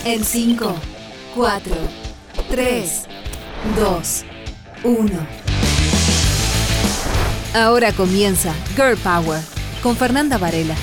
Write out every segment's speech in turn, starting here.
En 5, 4, 3, 2, 1. Ahora comienza Girl Power con Fernanda Varela.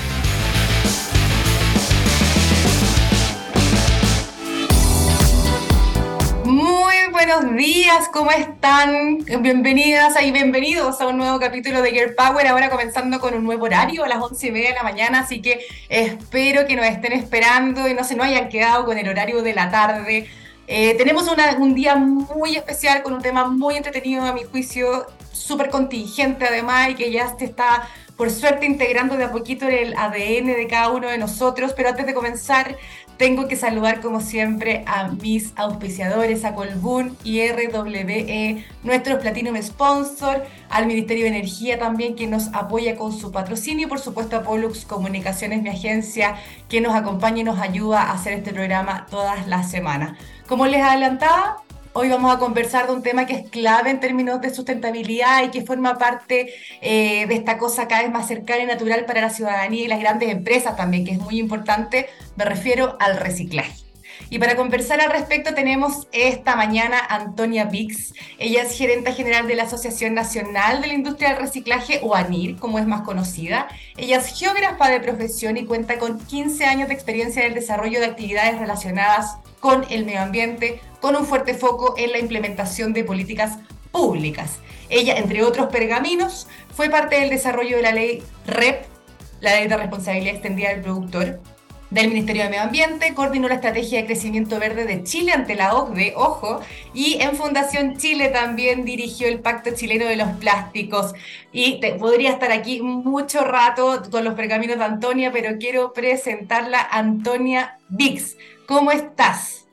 Muy buenos días, ¿cómo están? Bienvenidas y bienvenidos a un nuevo capítulo de Girl Power, ahora comenzando con un nuevo horario a las 11:30 de la mañana, así que espero que nos estén esperando y no se nos hayan quedado con el horario de la tarde. Tenemos un día muy especial con un tema muy entretenido, a mi juicio, súper contingente además, y que ya se está, por suerte, integrando de a poquito en el ADN de cada uno de nosotros. Pero antes de comenzar, tengo que saludar como siempre a mis auspiciadores, a Colbún y RWE, nuestros Platinum Sponsor, al Ministerio de Energía también, que nos apoya con su patrocinio, y por supuesto a Pollux Comunicaciones, mi agencia, que nos acompaña y nos ayuda a hacer este programa todas las semanas. Como les adelantaba, hoy vamos a conversar de un tema que es clave en términos de sustentabilidad y que forma parte de esta cosa cada vez más cercana y natural para la ciudadanía y las grandes empresas también, que es muy importante. Me refiero al reciclaje. Y para conversar al respecto tenemos esta mañana a Antonia Bix. Ella es gerente general de la Asociación Nacional de la Industria del Reciclaje, o ANIR, como es más conocida. Ella es geógrafa de profesión y cuenta con 15 años de experiencia en el desarrollo de actividades relacionadas con el medio ambiente, con un fuerte foco en la implementación de políticas públicas. Ella, entre otros pergaminos, fue parte del desarrollo de la ley REP, la Ley de Responsabilidad Extendida del Productor, del Ministerio de Medio Ambiente, coordinó la Estrategia de Crecimiento Verde de Chile ante la OCDE, ojo, y en Fundación Chile también dirigió el Pacto Chileno de los Plásticos. Y podría estar aquí mucho rato con los pergaminos de Antonia, pero quiero presentarla, Antonia Bix. ¿Cómo estás?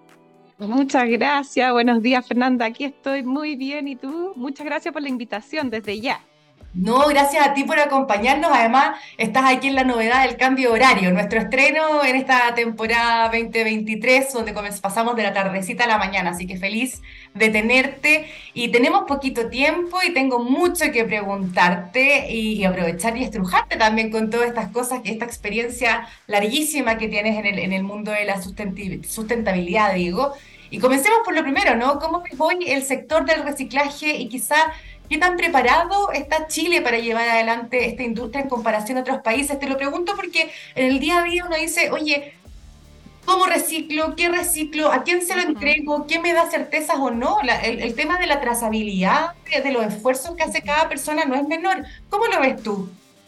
Muchas gracias, buenos días Fernanda, aquí estoy muy bien, ¿y tú? Muchas gracias por la invitación desde ya. No, gracias a ti por acompañarnos. Además, estás aquí en la novedad del cambio de horario, nuestro estreno en esta temporada 2023, donde pasamos de la tardecita a la mañana. Así que feliz de tenerte. Y tenemos poquito tiempo y tengo mucho que preguntarte y aprovechar y estrujarte también con todas estas cosas, esta experiencia larguísima que tienes en el mundo de la sustentabilidad, digo. Y comencemos por lo primero, ¿no? ¿Cómo ves hoy el sector del reciclaje y quizá qué tan preparado está Chile para llevar adelante esta industria en comparación a otros países? Te lo pregunto porque en el día a día uno dice, oye, ¿cómo reciclo? ¿Qué reciclo? ¿A quién se lo entrego? ¿Qué me da certezas o no? El tema de la trazabilidad, de los esfuerzos que hace cada persona no es menor. ¿Cómo lo ves tú?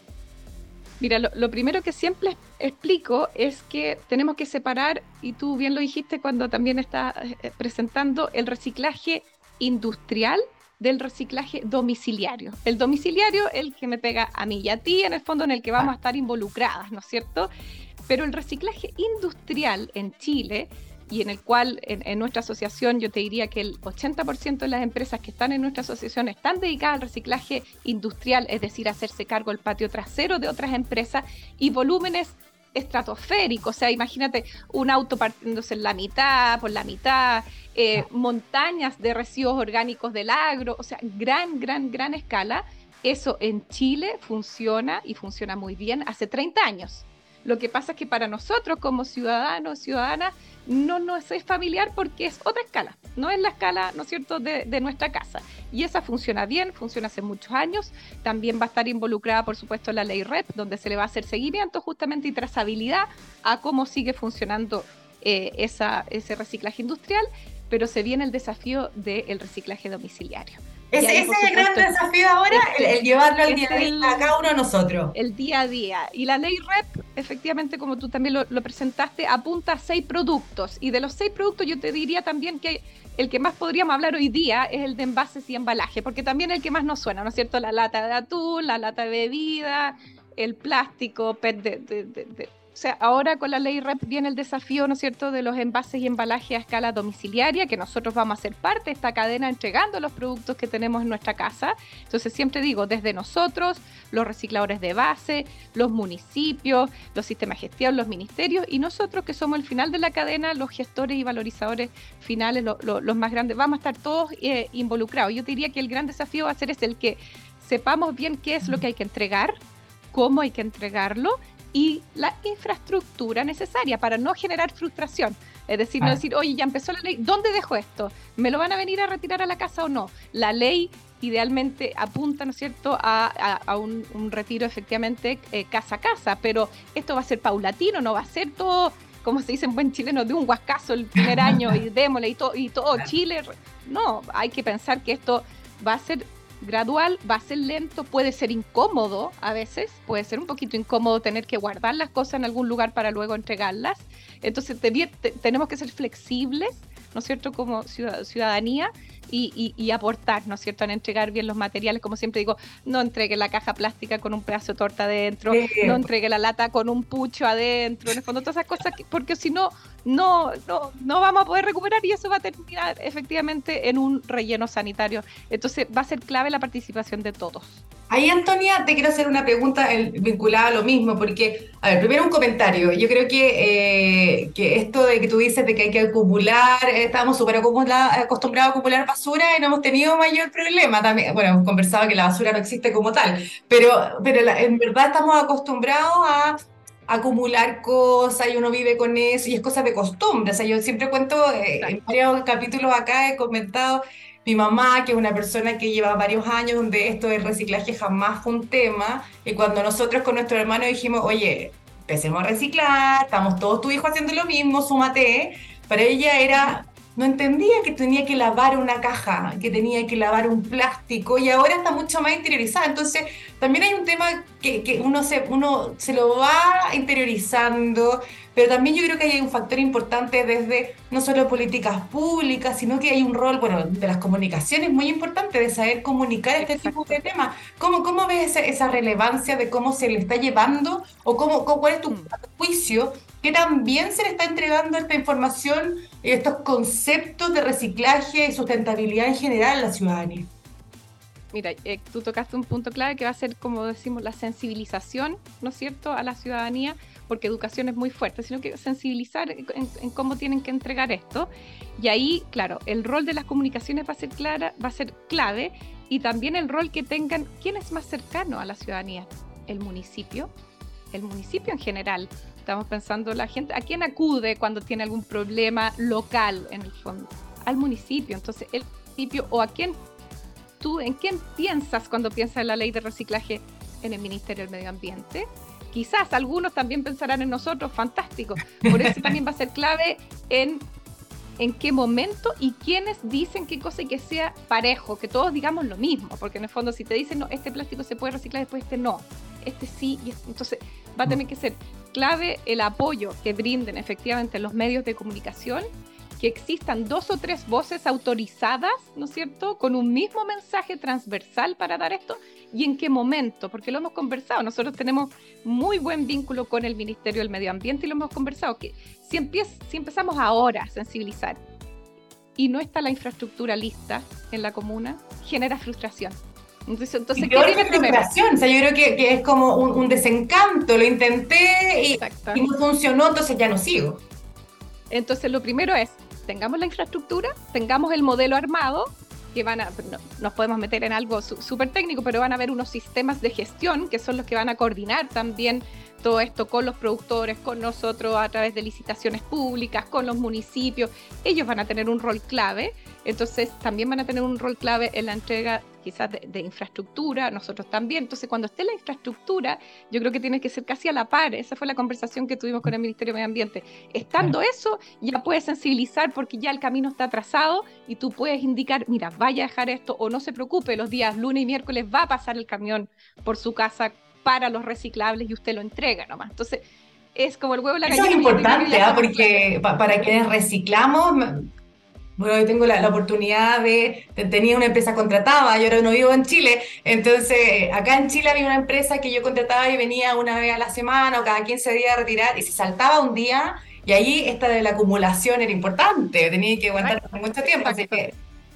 Mira, lo primero que siempre explico es que tenemos que separar, y tú bien lo dijiste cuando también estás presentando, el reciclaje industrial del reciclaje domiciliario. El domiciliario, el que me pega a mí y a ti, en el fondo en el que vamos a estar involucradas, ¿no es cierto? Pero el reciclaje industrial en Chile, y en el cual en nuestra asociación yo te diría que el 80% de las empresas que están en nuestra asociación están dedicadas al reciclaje industrial, es decir, hacerse cargo del patio trasero de otras empresas, y volúmenes estratosféricos. O sea, imagínate un auto partiéndose en la mitad, por la mitad, montañas de residuos orgánicos del agro, o sea, gran escala. Eso en Chile funciona, y funciona muy bien, hace 30 años. Lo que pasa es que para nosotros como ciudadanos, ciudadanas, no nos es familiar porque es otra escala, no es la escala, ¿no es cierto?, de nuestra casa. Y esa funciona bien, funciona hace muchos años. También va a estar involucrada, por supuesto, la ley REP, donde se le va a hacer seguimiento justamente y trazabilidad a cómo sigue funcionando ese reciclaje industrial, pero se viene el desafío del reciclaje domiciliario. Ese es el gran desafío ahora, el llevarlo al día a día a cada uno de nosotros. El día a día. Y la ley REP, efectivamente, como tú también lo presentaste, apunta a 6 productos. Y de los 6 productos yo te diría también que el que más podríamos hablar hoy día es el de envases y embalaje, porque también es el que más nos suena, ¿no es cierto? La lata de atún, la lata de bebida, el plástico, PET o sea, ahora con la ley REP viene el desafío, ¿no es cierto?, de los envases y embalajes a escala domiciliaria, que nosotros vamos a ser parte de esta cadena entregando los productos que tenemos en nuestra casa. Entonces siempre digo, desde nosotros, los recicladores de base, los municipios, los sistemas de gestión, los ministerios, y nosotros que somos el final de la cadena, los gestores y valorizadores finales, los más grandes, vamos a estar todos involucrados. Yo te diría que el gran desafío va a ser el que sepamos bien qué es lo que hay que entregar, cómo hay que entregarlo, y la infraestructura necesaria para no generar frustración. Es decir, no decir, oye, ya empezó la ley, ¿dónde dejo esto? ¿Me lo van a venir a retirar a la casa o no? La ley idealmente apunta, ¿no es cierto?, a un retiro efectivamente casa a casa, pero esto va a ser paulatino, no va a ser todo, como se dice en buen chileno, de un huascazo el primer año y démosle y todo Chile. No, hay que pensar que esto va a ser gradual, va a ser lento, puede ser incómodo a veces, puede ser un poquito incómodo tener que guardar las cosas en algún lugar para luego entregarlas. Entonces tenemos que ser flexibles, ¿no es cierto?, como ciudadanía y aportar, ¿no es cierto?, en entregar bien los materiales. Como siempre digo, no entregue la caja plástica con un pedazo de torta adentro, no entregue la lata con un pucho adentro, en el fondo todas esas cosas, porque si no vamos a poder recuperar y eso va a terminar efectivamente en un relleno sanitario. Entonces va a ser clave la participación de todos. Ahí, Antonia, te quiero hacer una pregunta vinculada a lo mismo, porque, a ver, primero un comentario. Yo creo que esto de que tú dices de que hay que acumular, estamos súper acostumbrados a acumular basura y no hemos tenido mayor problema. También, bueno, hemos conversado que la basura no existe como tal, pero en verdad estamos acostumbrados a acumular cosas y uno vive con eso y es cosa de costumbre. O sea, yo siempre cuento, en varios capítulos acá he comentado mi mamá, que es una persona que lleva varios años donde esto del reciclaje jamás fue un tema, y cuando nosotros con nuestro hermano dijimos, oye, empecemos a reciclar, estamos todos tus hijos haciendo lo mismo, súmate, para ella era, no entendía que tenía que lavar una caja, que tenía que lavar un plástico, y ahora está mucho más interiorizada. Entonces también hay un tema que uno se lo va interiorizando, pero también yo creo que hay un factor importante desde no solo políticas públicas, sino que hay un rol, bueno, de las comunicaciones muy importante, de saber comunicar este tipo de temas. ¿Cómo ves esa relevancia de cómo se le está llevando o cuál es tu juicio que también se le está entregando esta información, estos conceptos de reciclaje y sustentabilidad en general a la ciudadanía? Mira, tú tocaste un punto clave que va a ser, como decimos, la sensibilización, ¿no es cierto?, a la ciudadanía, porque educación es muy fuerte, sino que sensibilizar en cómo tienen que entregar esto. Y ahí, claro, el rol de las comunicaciones va a ser clave, y también el rol que tengan, ¿quién es más cercano a la ciudadanía? El municipio en general. Estamos pensando la gente, ¿a quién acude cuando tiene algún problema local en el fondo? Al municipio. Entonces, el municipio, o ¿en quién piensas cuando piensas en la ley de reciclaje? En el Ministerio del Medio Ambiente. Quizás algunos también pensarán en nosotros, fantástico. Por eso también va a ser clave en qué momento y quiénes dicen qué cosa, y que sea parejo, que todos digamos lo mismo, porque en el fondo si te dicen, no, este plástico se puede reciclar, después este no, este sí, entonces va a tener que ser clave el apoyo que brinden efectivamente los medios de comunicación, que existan 2 o 3 voces autorizadas, ¿no es cierto?, con un mismo mensaje transversal para dar esto, y en qué momento, porque lo hemos conversado, nosotros tenemos muy buen vínculo con el Ministerio del Medio Ambiente y lo hemos conversado, que si empezamos ahora a sensibilizar y no está la infraestructura lista en la comuna, genera frustración. Entonces ¿qué viene primero? O sea, yo creo que es como un desencanto, lo intenté y no funcionó, entonces ya no sigo. Entonces lo primero es, tengamos la infraestructura, tengamos el modelo armado, que no nos podemos meter en algo súper técnico, pero van a haber unos sistemas de gestión que son los que van a coordinar también todo esto con los productores, con nosotros a través de licitaciones públicas, con los municipios. Ellos van a tener un rol clave, entonces también van a tener un rol clave en la entrega quizás de infraestructura, nosotros también. Entonces cuando esté la infraestructura, yo creo que tiene que ser casi a la par. Esa fue la conversación que tuvimos con el Ministerio de Medio Ambiente. Estando eso, ya puedes sensibilizar porque ya el camino está trazado y tú puedes indicar, mira, vaya a dejar esto, o no se preocupe, los días lunes y miércoles va a pasar el camión por su casa para los reciclables y usted lo entrega nomás. Entonces es como el huevo y la gallina. Eso es importante, porque para quienes reciclamos, bueno, yo tengo la oportunidad tenía una empresa contratada, yo ahora no vivo en Chile, entonces acá en Chile había una empresa que yo contrataba y venía una vez a la semana o cada 15 días a retirar, y se saltaba un día, y ahí esta de la acumulación era importante, tenía que aguantar por mucho tiempo, así que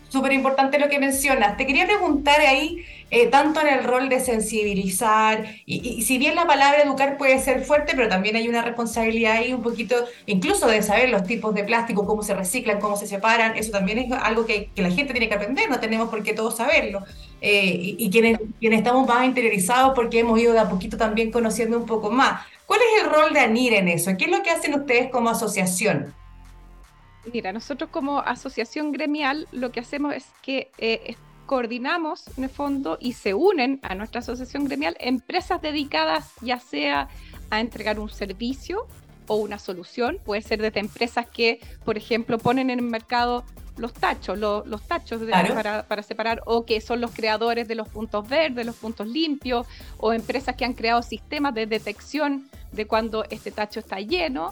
Súper importante lo que mencionas. Te quería preguntar ahí, tanto en el rol de sensibilizar, y si bien la palabra educar puede ser fuerte, pero también hay una responsabilidad ahí un poquito, incluso de saber los tipos de plástico, cómo se reciclan, cómo se separan, eso también es algo que la gente tiene que aprender, no tenemos por qué todos saberlo. Y quienes estamos más interiorizados porque hemos ido de a poquito también conociendo un poco más. ¿Cuál es el rol de ANIR en eso? ¿Qué es lo que hacen ustedes como asociación? Mira, nosotros como asociación gremial lo que hacemos es que coordinamos en el fondo y se unen a nuestra asociación gremial empresas dedicadas ya sea a entregar un servicio o una solución. Puede ser desde empresas que, por ejemplo, ponen en el mercado los tachos, los tachos Claro. para separar, o que son los creadores de los puntos verdes, los puntos limpios, o empresas que han creado sistemas de detección de cuando este tacho está lleno.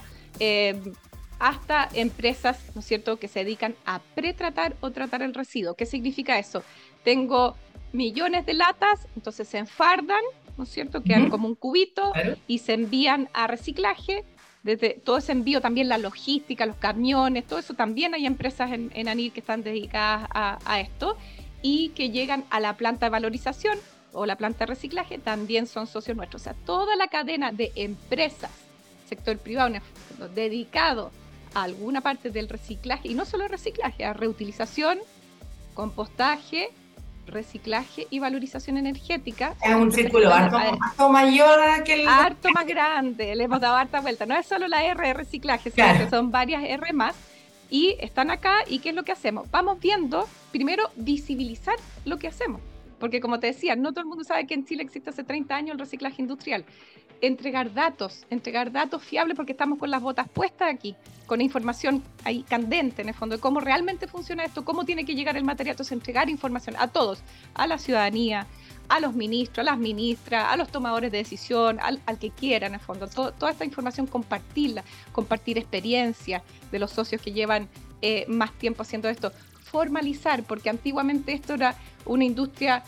Hasta empresas, ¿no es cierto?, que se dedican a pretratar o tratar el residuo. ¿Qué significa eso? Tengo millones de latas, entonces se enfardan, ¿no es cierto?, quedan como un cubito Claro. y se envían a reciclaje. Desde todo ese envío, también la logística, los camiones, todo eso, también hay empresas en ANIR que están dedicadas a esto y que llegan a la planta de valorización o la planta de reciclaje, también son socios nuestros. O sea, toda la cadena de empresas, sector privado, dedicado a alguna parte del reciclaje, y no solo reciclaje, a reutilización, compostaje, reciclaje y valorización energética. Es un círculo harto mayor que el... Harto más grande, le hemos dado harta vuelta. No es solo la R de reciclaje, sino Claro. que son varias R más. Y están acá, ¿y qué es lo que hacemos? Vamos viendo, primero, visibilizar lo que hacemos. Porque como te decía, no todo el mundo sabe que en Chile existe hace 30 años el reciclaje industrial. Entregar datos fiables, porque estamos con las botas puestas aquí, con información ahí candente en el fondo, de cómo realmente funciona esto, cómo tiene que llegar el material. Entonces, entregar información a todos, a la ciudadanía, a los ministros, a las ministras, a los tomadores de decisión, al que quiera en el fondo. Toda esta información compartirla, compartir experiencias de los socios que llevan más tiempo haciendo esto. Formalizar, porque antiguamente esto era una industria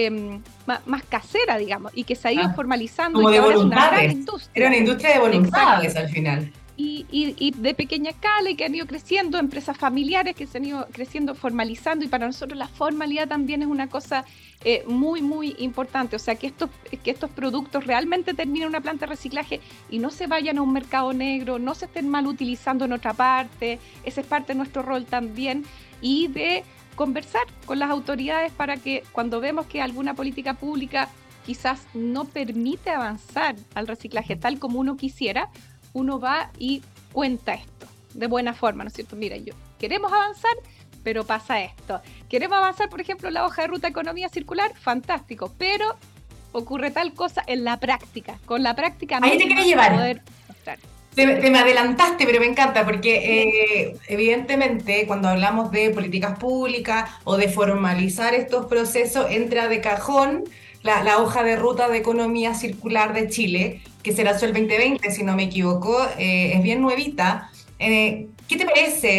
más casera, digamos, y que se ha ido formalizando. Como y de ahora es una gran voluntades. industria. Era una industria de voluntades al final. Y de pequeña escala, y que han ido creciendo, empresas familiares que se han ido creciendo, formalizando, y para nosotros la formalidad también es una cosa muy, muy importante. O sea, que estos productos realmente terminen en una planta de reciclaje y no se vayan a un mercado negro, no se estén mal utilizando en otra parte. Ese es parte de nuestro rol también, y de conversar con las autoridades para que cuando vemos que alguna política pública quizás no permite avanzar al reciclaje tal como uno quisiera, uno va y cuenta esto de buena forma, ¿no es cierto? Mira, queremos avanzar, pero pasa esto. Queremos avanzar, por ejemplo, en la hoja de ruta economía circular, fantástico, pero ocurre tal cosa en la práctica. Con la práctica ahí te quería llevar. Poder mostrar. Te me adelantaste, pero me encanta porque evidentemente cuando hablamos de políticas públicas o de formalizar estos procesos, entra de cajón la hoja de ruta de economía circular de Chile, que se lanzó el 2020, si no me equivoco, es bien nuevita. ¿Qué te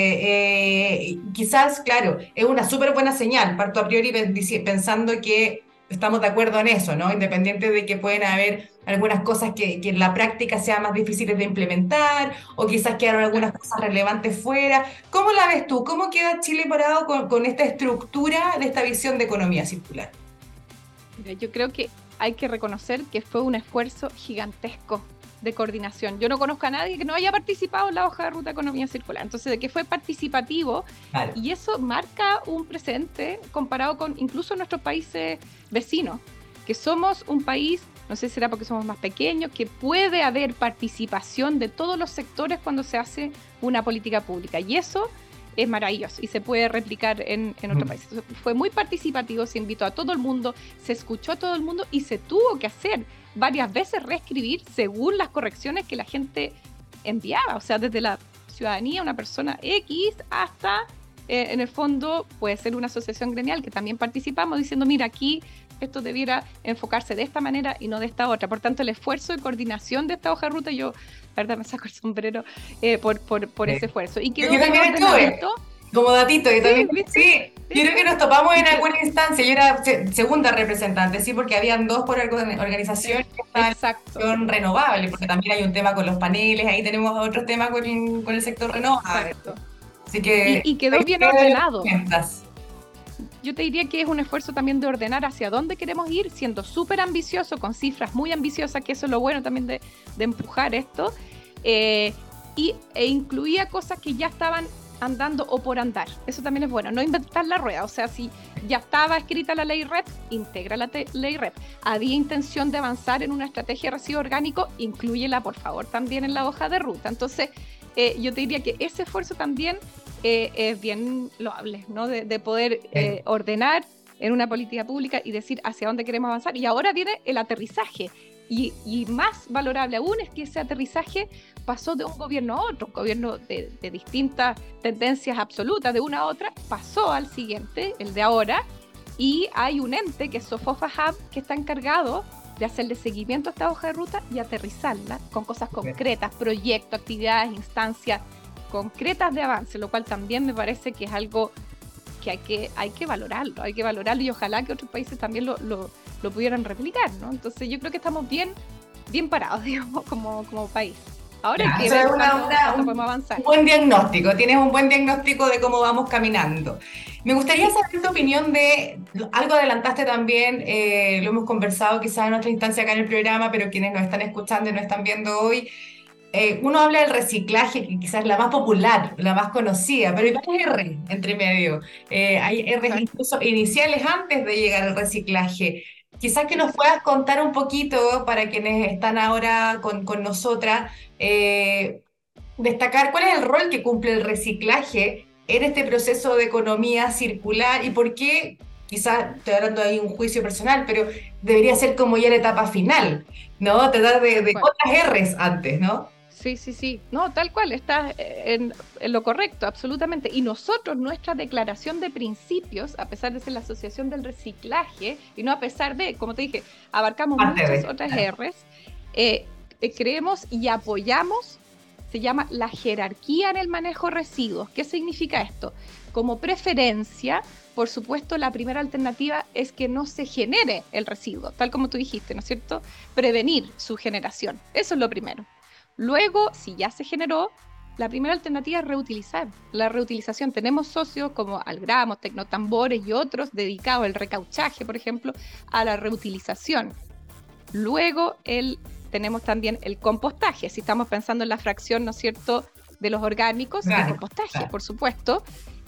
parece? Quizás, claro, es una súper buena señal, parto a priori pensando que estamos de acuerdo en eso, ¿no? Independiente de que pueden haber algunas cosas que en la práctica sean más difíciles de implementar, o quizás quedaron algunas cosas relevantes fuera. ¿Cómo la ves tú? ¿Cómo queda Chile parado con esta estructura de esta visión de economía circular? Mira, yo creo que hay que reconocer que fue un esfuerzo gigantesco de coordinación. Yo no conozco a nadie que no haya participado en la hoja de ruta economía circular. Entonces, de que fue participativo, Claro. y eso marca un precedente comparado con incluso nuestros países vecinos, que somos un país, no sé si será porque somos más pequeños, que puede haber participación de todos los sectores cuando se hace una política pública. Y eso es maravilloso y se puede replicar en otros países. Entonces, fue muy participativo, se invitó a todo el mundo, se escuchó a todo el mundo y se tuvo que hacer varias veces reescribir según las correcciones que la gente enviaba. O sea, desde la ciudadanía, una persona X, hasta en el fondo puede ser una asociación gremial que también participamos diciendo, mira, aquí esto debiera enfocarse de esta manera y no de esta otra. Por tanto, el esfuerzo de coordinación de esta hoja de ruta, yo la verdad me saco el sombrero por ese esfuerzo. Y quedó Yo también estuve, como datito, yo también, sí. Yo creo que nos topamos en alguna instancia. Yo era segunda representante, sí, porque habían dos por organización que estaban en renovable, porque también hay un tema con los paneles, ahí tenemos otros temas con el sector renovable. Exacto. Así que Y quedó bien ordenado. yo te diría que es un esfuerzo también de ordenar hacia dónde queremos ir, siendo súper ambicioso, con cifras muy ambiciosas, que eso es lo bueno también de empujar esto, e incluía cosas que ya estaban andando o por andar. Eso también es bueno, no inventar la rueda. O sea, si ya estaba escrita la ley REP, integra la ley REP. Había intención de avanzar en una estrategia de residuo orgánico, inclúyela por favor también en la hoja de ruta. Entonces, yo te diría que ese esfuerzo también es bien loable, ¿no? De poder ordenar en una política pública y decir hacia dónde queremos avanzar. Y ahora viene el aterrizaje. Y más valorable aún es que ese aterrizaje pasó de un gobierno a otro, un gobierno de distintas tendencias absolutas, de una a otra, pasó al siguiente, el de ahora, y hay un ente que es Sofofa Hub, que está encargado de hacerle seguimiento a esta hoja de ruta y aterrizarla con cosas concretas, proyectos, actividades, instancias concretas de avance, lo cual también me parece que es algo que hay que valorarlo y ojalá que otros países también lo pudieran replicar, ¿no? Entonces yo creo que estamos bien parados, digamos, como país. Ahora hay que ver cuánto podemos avanzar. Un buen diagnóstico, tienes un buen diagnóstico de cómo vamos caminando. Me gustaría saber tu opinión de, algo adelantaste también, lo hemos conversado quizás en otra instancia acá en el programa, pero quienes nos están escuchando y nos están viendo hoy, uno habla del reciclaje, que quizás es la más popular, la más conocida, pero hay varias R entre medio. Hay R incluso iniciales antes de llegar al reciclaje. Quizás que nos puedas contar un poquito, para quienes están ahora con nosotras, destacar cuál es el rol que cumple el reciclaje en este proceso de economía circular y por qué, quizás estoy hablando de ahí un juicio personal, pero debería ser como ya la etapa final, ¿no? Tratar de otras R's antes, ¿no? Sí. No, tal cual, estás en lo correcto, absolutamente. Y nosotros, nuestra declaración de principios, a pesar de ser la Asociación del Reciclaje, y no a pesar de, como te dije, abarcamos muchas otras R's, creemos y apoyamos, se llama la jerarquía en el manejo de residuos. ¿Qué significa esto? Como preferencia, por supuesto, la primera alternativa es que no se genere el residuo, tal como tú dijiste, ¿no es cierto? Prevenir su generación, eso es lo primero. Luego, si ya se generó, la primera alternativa es reutilizar. La reutilización, tenemos socios como Algramos, Tecnotambores y otros dedicados al recauchaje, por ejemplo, a la reutilización. Luego, tenemos también el compostaje, si estamos pensando en la fracción, ¿no es cierto?, de los orgánicos, el compostaje, por supuesto.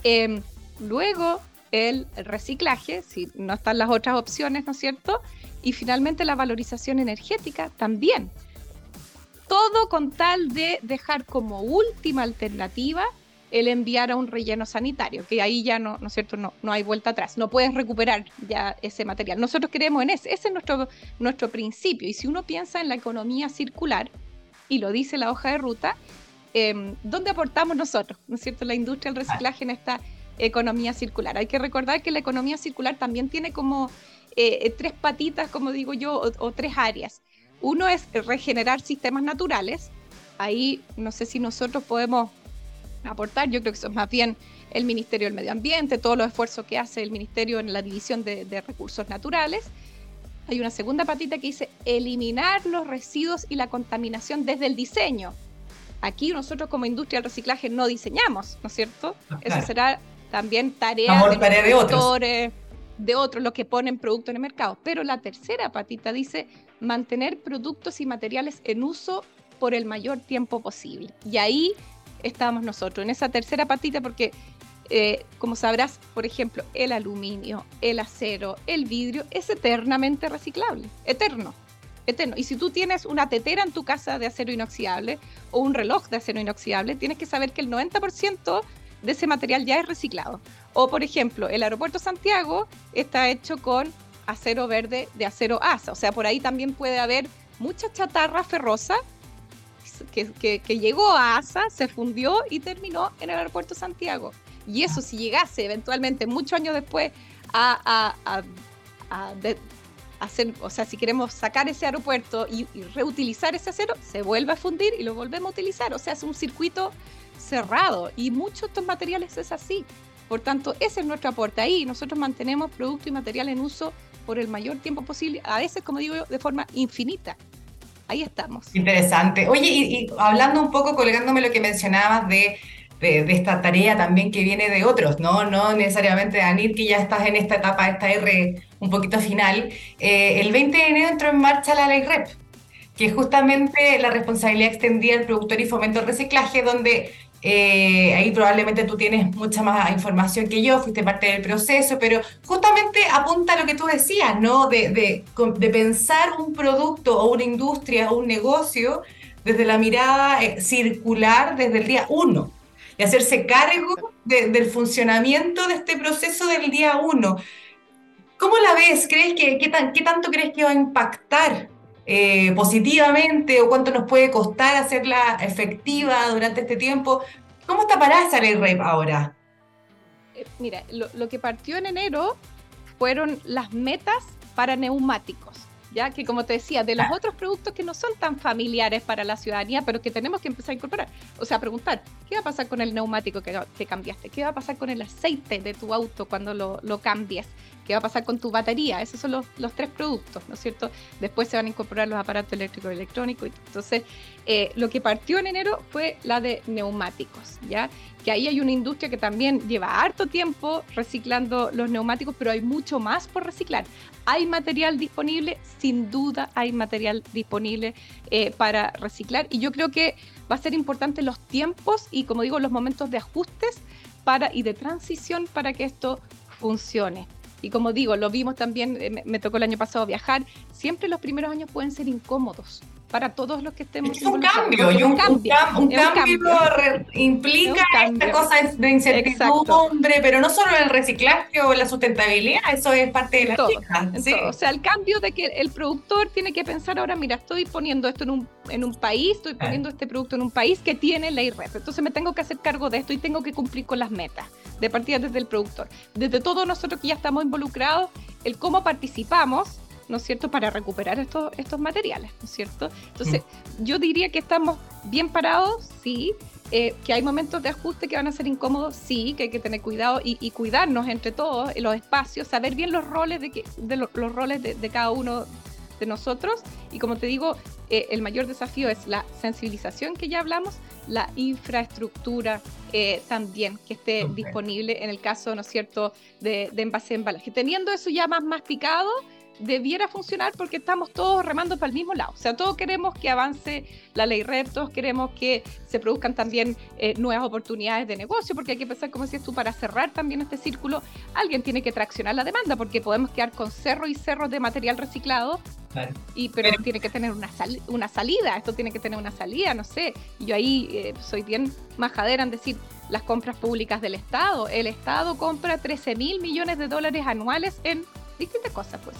Luego, el reciclaje, si no están las otras opciones, ¿no es cierto? Y finalmente la valorización energética también. Todo con tal de dejar como última alternativa el enviar a un relleno sanitario, que ahí ya no es cierto, no hay vuelta atrás, no puedes recuperar ya ese material. Nosotros creemos en ese es nuestro principio, y si uno piensa en la economía circular, y lo dice la hoja de ruta, ¿dónde aportamos nosotros, no es cierto, la industria del reciclaje en esta economía circular? Hay que recordar que la economía circular también tiene como tres patitas, como digo yo, o tres áreas. Uno es regenerar sistemas naturales. Ahí no sé si nosotros podemos aportar, yo creo que eso es más bien el Ministerio del Medio Ambiente, todos los esfuerzos que hace el Ministerio en la división de recursos naturales. Hay una segunda patita que dice eliminar los residuos y la contaminación desde el diseño. Aquí nosotros como industria del reciclaje no diseñamos, ¿no es cierto? Claro. Eso será también tarea de otros, los que ponen productos en el mercado. Pero la tercera patita dice mantener productos y materiales en uso por el mayor tiempo posible. Y ahí estamos nosotros, en esa tercera patita, porque como sabrás, por ejemplo, el aluminio, el acero, el vidrio es eternamente reciclable, eterno. Y si tú tienes una tetera en tu casa de acero inoxidable o un reloj de acero inoxidable, tienes que saber que el 90% de ese material ya es reciclado. O, por ejemplo, el aeropuerto Santiago está hecho con acero verde de acero ASA. O sea, por ahí también puede haber mucha chatarra ferrosa que llegó a ASA, se fundió y terminó en el aeropuerto Santiago. Y eso, si llegase eventualmente muchos años después a hacer, o sea, si queremos sacar ese aeropuerto y reutilizar ese acero, se vuelve a fundir y lo volvemos a utilizar. O sea, es un circuito cerrado y muchos de estos materiales es así. Por tanto, ese es nuestro aporte. Ahí nosotros mantenemos producto y material en uso por el mayor tiempo posible, a veces, como digo yo, de forma infinita. Ahí estamos. Interesante. Oye, y hablando un poco, colgándome lo que mencionabas de de esta tarea también que viene de otros, ¿no? No necesariamente de Anit, que ya estás en esta etapa, esta R un poquito final. El 20 de enero entró en marcha la ley REP, que es justamente la responsabilidad extendida del productor y fomento del reciclaje, donde ahí probablemente tú tienes mucha más información que yo, fuiste parte del proceso, pero justamente apunta a lo que tú decías, ¿no? De pensar un producto o una industria o un negocio desde la mirada circular desde el día uno y hacerse cargo del funcionamiento de este proceso del día uno. ¿Cómo la ves? ¿Qué tanto crees que va a impactar positivamente o cuánto nos puede costar hacerla efectiva durante este tiempo? ¿Cómo está parada esa ley REP ahora? Mira, lo que partió en enero fueron las metas para neumáticos, ya que como te decía, de los otros productos que no son tan familiares para la ciudadanía, pero que tenemos que empezar a incorporar. O sea, preguntar, ¿qué va a pasar con el neumático que cambiaste? ¿Qué va a pasar con el aceite de tu auto cuando lo cambies? ¿Qué va a pasar con tu batería? Esos son los 3 productos, ¿no es cierto? Después se van a incorporar los aparatos eléctricos y electrónicos. Entonces, lo que partió en enero fue la de neumáticos, ¿ya? Que ahí hay una industria que también lleva harto tiempo reciclando los neumáticos, pero hay mucho más por reciclar. ¿Hay material disponible? Sin duda hay material disponible para reciclar, y yo creo que va a ser importante los tiempos y, como digo, los momentos de ajustes y de transición para que esto funcione. Y como digo, lo vimos también, me tocó el año pasado viajar, siempre los primeros años pueden ser incómodos para todos los que estemos. Es un cambio, y un cambio implica esta cosa de incertidumbre. Exacto. Pero no solo en el reciclaje o en la sustentabilidad, eso es parte de la chica. Sí. O sea, el cambio de que el productor tiene que pensar ahora, mira, estoy poniendo esto en un país, estoy poniendo este producto en un país que tiene ley REP, entonces me tengo que hacer cargo de esto y tengo que cumplir con las metas, de partida desde el productor. Desde todos nosotros que ya estamos involucrados, el cómo participamos, ¿no es cierto?, para recuperar estos materiales, ¿no es cierto? Entonces, yo diría que estamos bien parados, sí, que hay momentos de ajuste que van a ser incómodos, sí, que hay que tener cuidado y cuidarnos entre todos en los espacios, saber bien los roles los roles de cada uno de nosotros, y como te digo, el mayor desafío es la sensibilización, que ya hablamos, la infraestructura también, que esté disponible en el caso, ¿no es cierto?, de envase de embalaje. Teniendo eso ya más masticado, debiera funcionar, porque estamos todos remando para el mismo lado. O sea, todos queremos que avance la ley REP, todos queremos que se produzcan también nuevas oportunidades de negocio, porque hay que pensar, como decías tú, para cerrar también este círculo, alguien tiene que traccionar la demanda, porque podemos quedar con cerros y cerros de material reciclado, claro. Pero tiene que tener una salida, esto tiene que tener una salida, no sé. Y yo ahí soy bien majadera en decir, las compras públicas del Estado. El Estado compra $13.000 millones anuales en distintas cosas, pues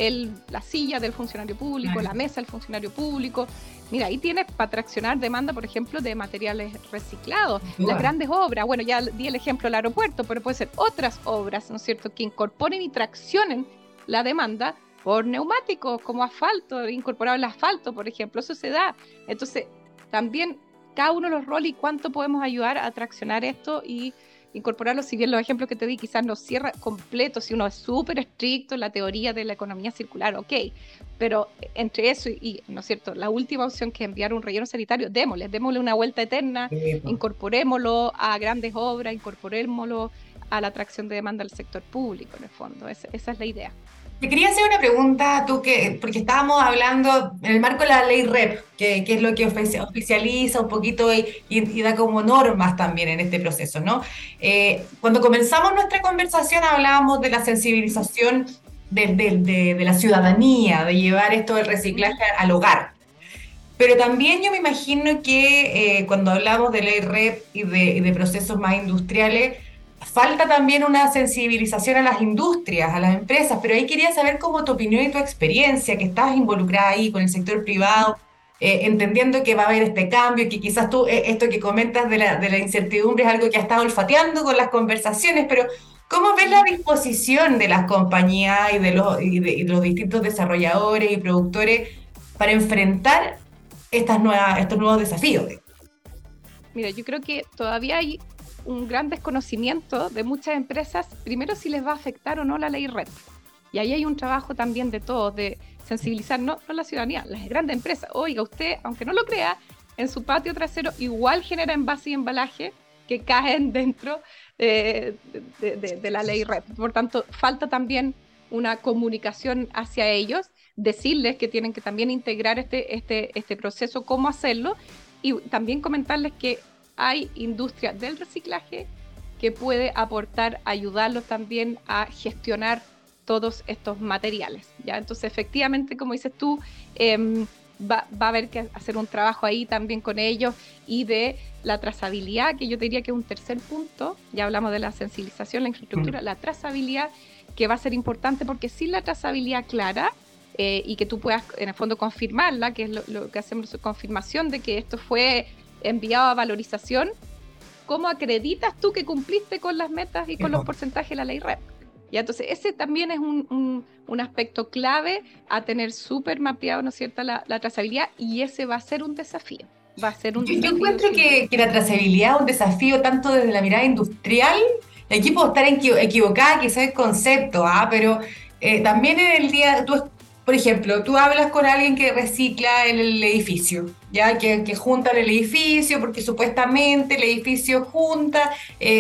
la silla del funcionario público, la mesa del funcionario público. Mira, ahí tienes para traccionar demanda, por ejemplo, de materiales reciclados. Las grandes obras, bueno, ya di el ejemplo del aeropuerto, pero puede ser otras obras, ¿no es cierto?, que incorporen y traccionen la demanda por neumáticos, como asfalto, incorporado el asfalto, por ejemplo, eso se da. Entonces, también cada uno de los roles y cuánto podemos ayudar a traccionar esto y incorporarlo. Si bien los ejemplos que te di quizás no cierra completo, si uno es súper estricto en la teoría de la economía circular, ok, pero entre eso y ¿no es cierto?, la última opción, que es enviar un relleno sanitario, démosle una vuelta eterna, incorporémoslo a grandes obras, incorporémoslo a la atracción de demanda del sector público, en el fondo, esa es la idea. Te quería hacer una pregunta, porque estábamos hablando en el marco de la ley REP, que es lo que oficializa un poquito y da como normas también en este proceso, ¿no? Cuando comenzamos nuestra conversación hablábamos de la sensibilización de la ciudadanía, de llevar esto del reciclaje al hogar. Pero también yo me imagino que cuando hablamos de ley REP y de procesos más industriales, falta también una sensibilización a las industrias, a las empresas, pero ahí quería saber cómo tu opinión y tu experiencia, que estás involucrada ahí con el sector privado, entendiendo que va a haber este cambio y que quizás tú, esto que comentas de la incertidumbre es algo que has estado olfateando con las conversaciones, pero ¿cómo ves la disposición de las compañías y de los distintos desarrolladores y productores para enfrentar estos nuevos desafíos? Mira, yo creo que todavía hay un gran desconocimiento de muchas empresas, primero si les va a afectar o no la ley REP. Y ahí hay un trabajo también de todos, de sensibilizar, no la ciudadanía, las grandes empresas. Oiga, usted, aunque no lo crea, en su patio trasero igual genera envase y embalaje, que caen dentro de la ley REP. Por tanto, falta también una comunicación hacia ellos, decirles que tienen que también integrar este proceso, cómo hacerlo, y también comentarles que hay industria del reciclaje que puede aportar, ayudarlos también a gestionar todos estos materiales, ¿ya? Entonces, efectivamente, como dices tú, va a haber que hacer un trabajo ahí también con ellos, y de la trazabilidad, que yo te diría que es un tercer punto. Ya hablamos de la sensibilización, la infraestructura, la trazabilidad, que va a ser importante, porque sin la trazabilidad clara, y que tú puedas en el fondo confirmarla, que es lo que hacemos, confirmación de que esto fue enviado a valorización, ¿cómo acreditas tú que cumpliste con las metas y con los porcentajes de la ley REP? Ya, entonces ese también es un aspecto clave a tener súper mapeado, ¿no es cierto?, la trazabilidad, y ese va a ser un desafío. Va a ser un desafío. Yo encuentro que la trazabilidad es un desafío tanto desde la mirada industrial. Aquí puedo estar equivocada, quizás el concepto, pero también en el día, por ejemplo, tú hablas con alguien que recicla el edificio, ¿ya? Que junta el edificio, porque supuestamente el edificio junta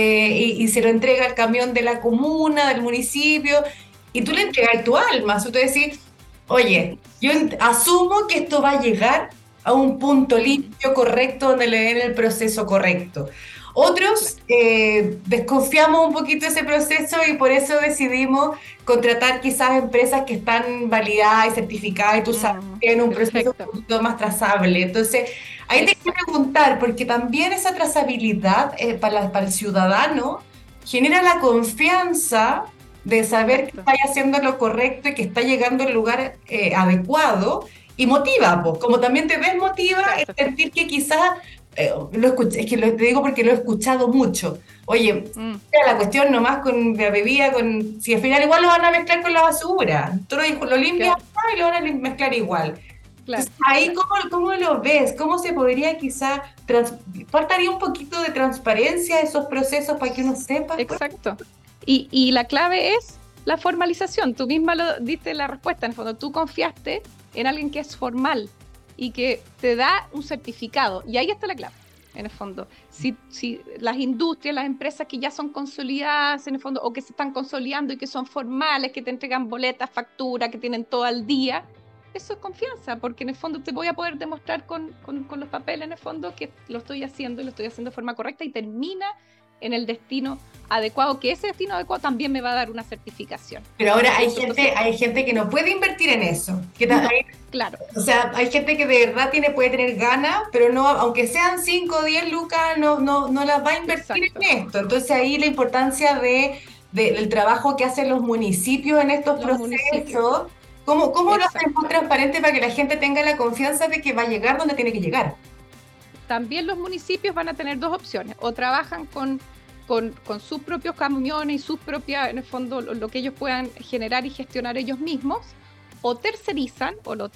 y se lo entrega al camión de la comuna, del municipio, y tú le entregas tu alma. O sea, tú decís, oye, yo asumo que esto va a llegar a un punto limpio, correcto, donde le den el proceso correcto. Otros desconfiamos un poquito de ese proceso y por eso decidimos contratar quizás empresas que están validadas y certificadas, y tú sabes, tienen un proceso un poquito más trazable. Entonces, ahí te quiero preguntar, porque también esa trazabilidad para el ciudadano genera la confianza de saber que está haciendo lo correcto y que está llegando al lugar adecuado, y motiva, como también te desmotiva el sentir que quizás, es que te digo porque lo he escuchado mucho. Oye, la cuestión nomás con la bebida, si al final igual lo van a mezclar con la basura, tú lo limpias y lo van a mezclar igual. Entonces, ahí, ¿cómo lo ves? ¿Cómo se podría quizás, faltaría un poquito de transparencia a esos procesos para que uno sepa? Exacto. Y la clave es la formalización. Tú misma lo diste la respuesta, en el fondo. Tú confiaste en alguien que es formal y que te da un certificado, y ahí está la clave, en el fondo. Si las industrias, las empresas que ya son consolidadas, en el fondo, o que se están consolidando y que son formales, que te entregan boletas, facturas, que tienen todo al día, eso es confianza, porque en el fondo te voy a poder demostrar con los papeles, en el fondo, que lo estoy haciendo y lo estoy haciendo de forma correcta, y termina en el destino adecuado, que ese destino adecuado también me va a dar una certificación. Pero ahora hay gente que no puede invertir en eso. Claro. O sea, hay gente que de verdad puede tener ganas, pero no, aunque sean 5 o 10 lucas, no las va a invertir en esto. Entonces ahí la importancia del trabajo que hacen los municipios en estos procesos. ¿Cómo lo hacen más transparente para que la gente tenga la confianza de que va a llegar donde tiene que llegar? También los municipios van a tener dos opciones: o trabajan con sus propios camiones y sus propias, en el fondo, lo que ellos puedan generar y gestionar ellos mismos, o tercerizan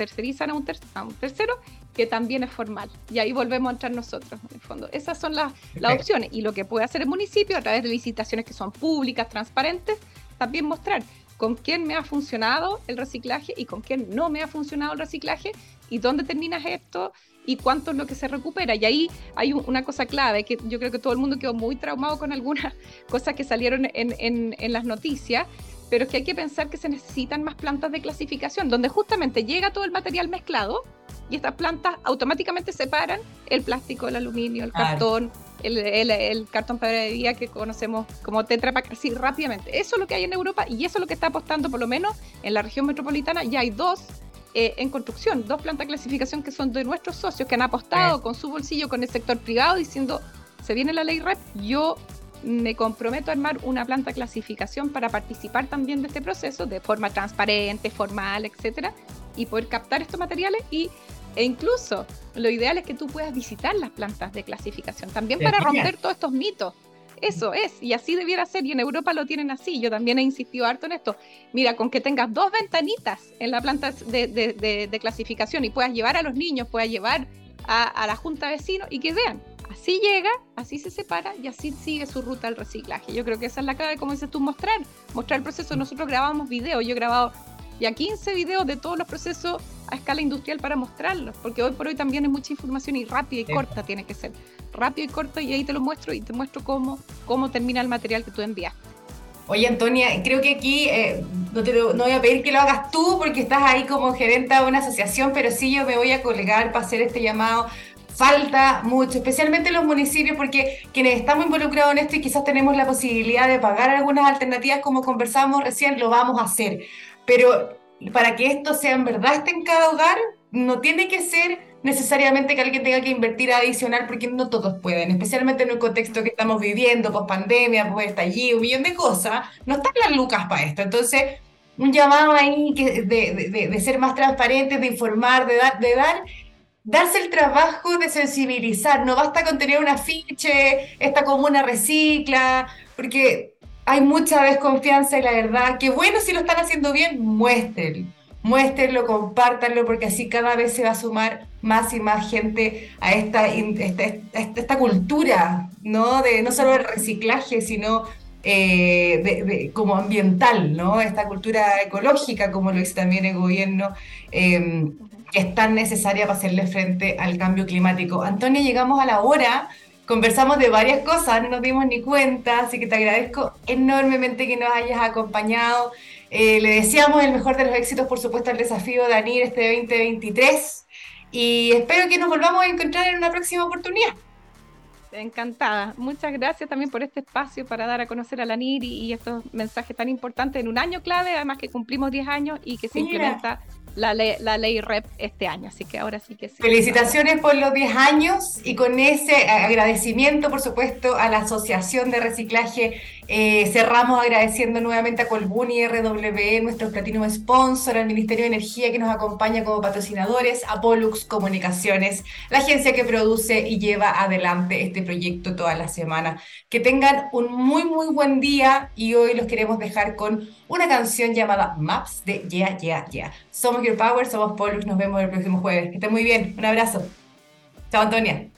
a un tercero que también es formal, y ahí volvemos a entrar nosotros, en el fondo. Esas son las opciones, y lo que puede hacer el municipio a través de licitaciones que son públicas, transparentes, también mostrar con quién me ha funcionado el reciclaje y con quién no me ha funcionado el reciclaje, y dónde terminas esto y cuánto es lo que se recupera. Y ahí hay una cosa clave, que yo creo que todo el mundo quedó muy traumado con algunas cosas que salieron en las noticias, pero es que hay que pensar que se necesitan más plantas de clasificación, donde justamente llega todo el material mezclado, y estas plantas automáticamente separan el plástico, el aluminio, el cartón, el cartón para bebida que conocemos como Tetra Pak, así rápidamente. Eso es lo que hay en Europa, y eso es lo que está apostando, por lo menos en la región metropolitana. Ya hay dos en construcción, 2 plantas de clasificación que son de nuestros socios, que han apostado con su bolsillo, con el sector privado, diciendo, se viene la ley REP, yo me comprometo a armar una planta de clasificación para participar también de este proceso de forma transparente, formal, etcétera, y poder captar estos materiales. E incluso lo ideal es que tú puedas visitar las plantas de clasificación también, para romper todos estos mitos. Eso es, y así debiera ser, y en Europa lo tienen así. Yo también he insistido harto en esto. Mira, con que tengas 2 ventanitas en la planta de clasificación, y puedas llevar a los niños, puedas llevar a la junta de vecinos, y que vean, así llega, así se separa, y así sigue su ruta al reciclaje. Yo creo que esa es la clave, como dices tú, mostrar el proceso. Nosotros grabamos videos, yo he grabado y a 15 videos de todos los procesos a escala industrial para mostrarlos, porque hoy por hoy también hay mucha información y rápida y corta tiene que ser. Rápido y corto, y ahí te lo muestro y te muestro cómo termina el material que tú envías. Oye, Antonia, creo que aquí no voy a pedir que lo hagas tú porque estás ahí como gerente de una asociación, pero sí yo me voy a colgar para hacer este llamado. Falta mucho, especialmente en los municipios, porque quienes estamos involucrados en esto y quizás tenemos la posibilidad de pagar algunas alternativas, como conversábamos recién, lo vamos a hacer. Pero para que esto sea en verdad esté en cada hogar, no tiene que ser necesariamente que alguien tenga que invertir adicional, porque no todos pueden, especialmente en el contexto que estamos viviendo, post pandemia, post estallido, un millón de cosas, no están las lucas para esto. Entonces, un llamado ahí de ser más transparentes, de informar, darse el trabajo de sensibilizar. No basta con tener un afiche, esta comuna recicla, porque hay mucha desconfianza y la verdad, que bueno, si lo están haciendo bien, muéstrenlo, compártanlo, porque así cada vez se va a sumar más y más gente a esta cultura, ¿no? De no solo el reciclaje, sino como ambiental, ¿no? Esta cultura ecológica, como lo dice también el gobierno, que es tan necesaria para hacerle frente al cambio climático. Antonia, llegamos a la hora. Conversamos de varias cosas, no nos dimos ni cuenta, así que te agradezco enormemente que nos hayas acompañado. Le deseamos el mejor de los éxitos, por supuesto, al desafío de ANIR este 2023 y espero que nos volvamos a encontrar en una próxima oportunidad. Encantada. Muchas gracias también por este espacio para dar a conocer a la ANIR y estos mensajes tan importantes en un año clave, además que cumplimos 10 años y que se implementa la ley REP este año, así que ahora sí que sí. Felicitaciones por los 10 años y con ese agradecimiento, por supuesto, a la Asociación de Reciclaje. Cerramos agradeciendo nuevamente a Colbún y RWE, nuestro Platinum Sponsor, al Ministerio de Energía que nos acompaña como patrocinadores, a Pollux Comunicaciones, la agencia que produce y lleva adelante este proyecto toda la semana. Que tengan un muy, muy buen día y hoy los queremos dejar con una canción llamada Maps de Yeah, Yeah, Yeah. Somos Girl Power, somos Pollux, nos vemos el próximo jueves. Que estén muy bien, un abrazo. Chao, Antonia.